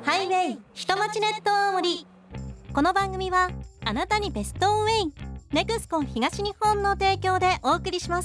ハイウェイ下町ネット青森。この番組はあなたにベストウェイネクスコン東日本の提供でお送りします。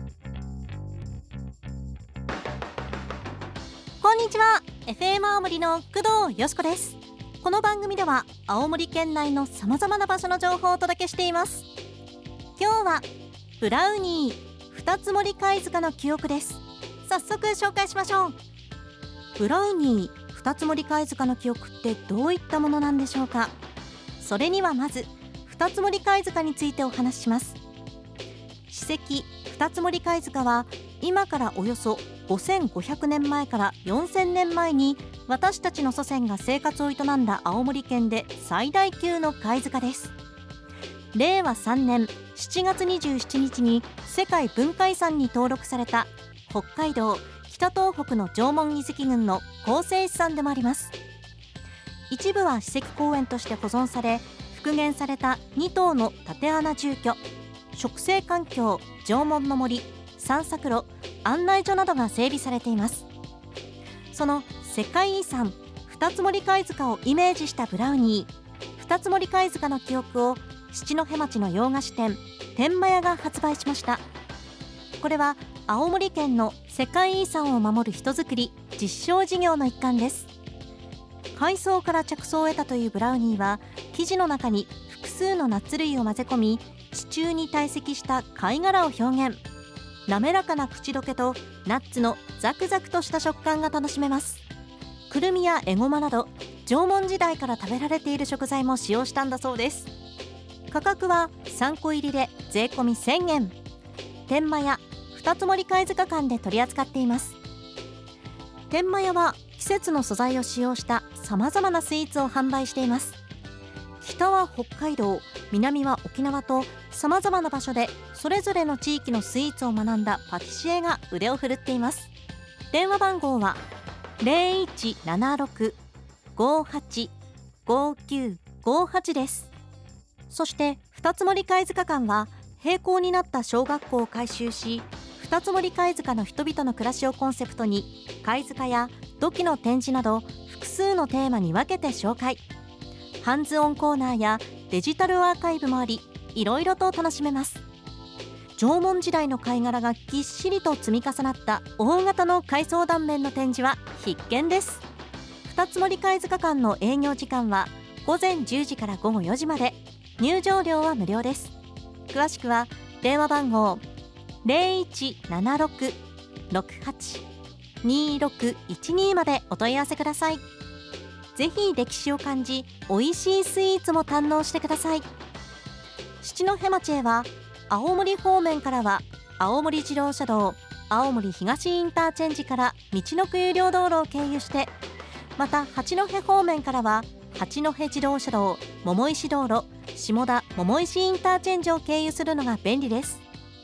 こんにちは、 FM 青森の工藤よしこです。この番組では青森県内のさまざまな場所の情報をお届けしています。今日はブラウニー二つ森貝塚の記憶です。早速紹介しましょう。ブラウニー二つ森貝塚の記憶ってどういったものなんでしょうか。それにはまず二つ森貝塚についてお話しします。史跡二つ森貝塚は今からおよそ5500年前から4000年前に私たちの祖先が生活を営んだ青森県で最大級の貝塚です。令和3年7月27日に世界文化遺産に登録された北海道北東北の縄文遺跡群の構成資産でもあります。一部は史跡公園として保存され、復元された2棟の竪穴住居、植生環境、縄文の森、散策路、案内所などが整備されています。その世界遺産二つ森貝塚をイメージしたブラウニー二つ森貝塚の記憶を七戸町の洋菓子店天満屋が発売しました。これは青森県の世界遺産を守る人づくり実証事業の一環です。海藻から着想を得たというブラウニーは、生地の中に複数のナッツ類を混ぜ込み、地中に堆積した貝殻を表現。滑らかな口どけとナッツのザクザクとした食感が楽しめます。くるみやエゴマなど縄文時代から食べられている食材も使用したんだそうです。価格は3個入りで税込み1000円。天満屋二つ森貝塚館で取り扱っています。天満屋は季節の素材を使用したさまざまなスイーツを販売しています。北は北海道、南は沖縄とさまざまな場所でそれぞれの地域のスイーツを学んだパティシエが腕を振るっています。電話番号は 0176-585958 です。そして二つ森貝塚館は閉校になった小学校を改修し、二つ森貝塚の人々の暮らしをコンセプトに貝塚や土器の展示など複数のテーマに分けて紹介。ハンズオンコーナーやデジタルアーカイブもあり、いろいろと楽しめます。縄文時代の貝殻がぎっしりと積み重なった大型の海藻断面の展示は必見です。二つ森貝塚館の営業時間は午前10時から午後4時まで、入場料は無料です。詳しくは電話番号 0176-682612 までお問い合わせください。ぜひ歴史を感じ、美味しいスイーツも堪能してください。七戸町へは青森方面からは青森自動車道青森東インターチェンジから道のく有料道路を経由して、また八戸方面からは八戸自動車道桃石道路下田桃石インターチェンジを経由するのが便利です。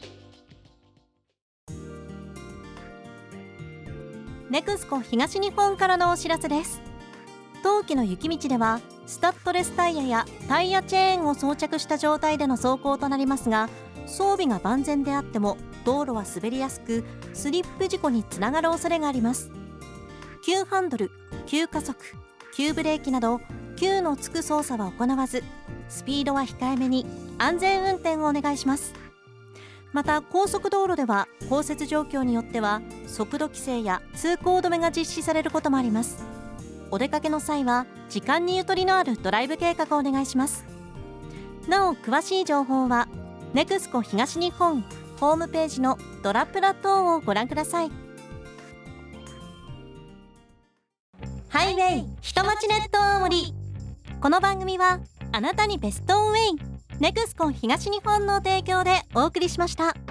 ネクスコ東日本からのお知らせです。冬季の雪道ではスタッドレスタイヤやタイヤチェーンを装着した状態での走行となりますが、装備が万全であっても道路は滑りやすく、スリップ事故につながる恐れがあります。急ハンドル、急加速、急ブレーキなど急のつく操作は行わず、スピードは控えめに安全運転をお願いします。また高速道路では降雪状況によっては速度規制や通行止めが実施されることもあります。お出かけの際は時間にゆとりのあるドライブ計画をお願いします。なお詳しい情報はネクスコ東日本ホームページのドラプラ等をご覧ください。ハイウェイ下町ネット青森。この番組はあなたにベストウェイネクスコ東日本の提供でお送りしました。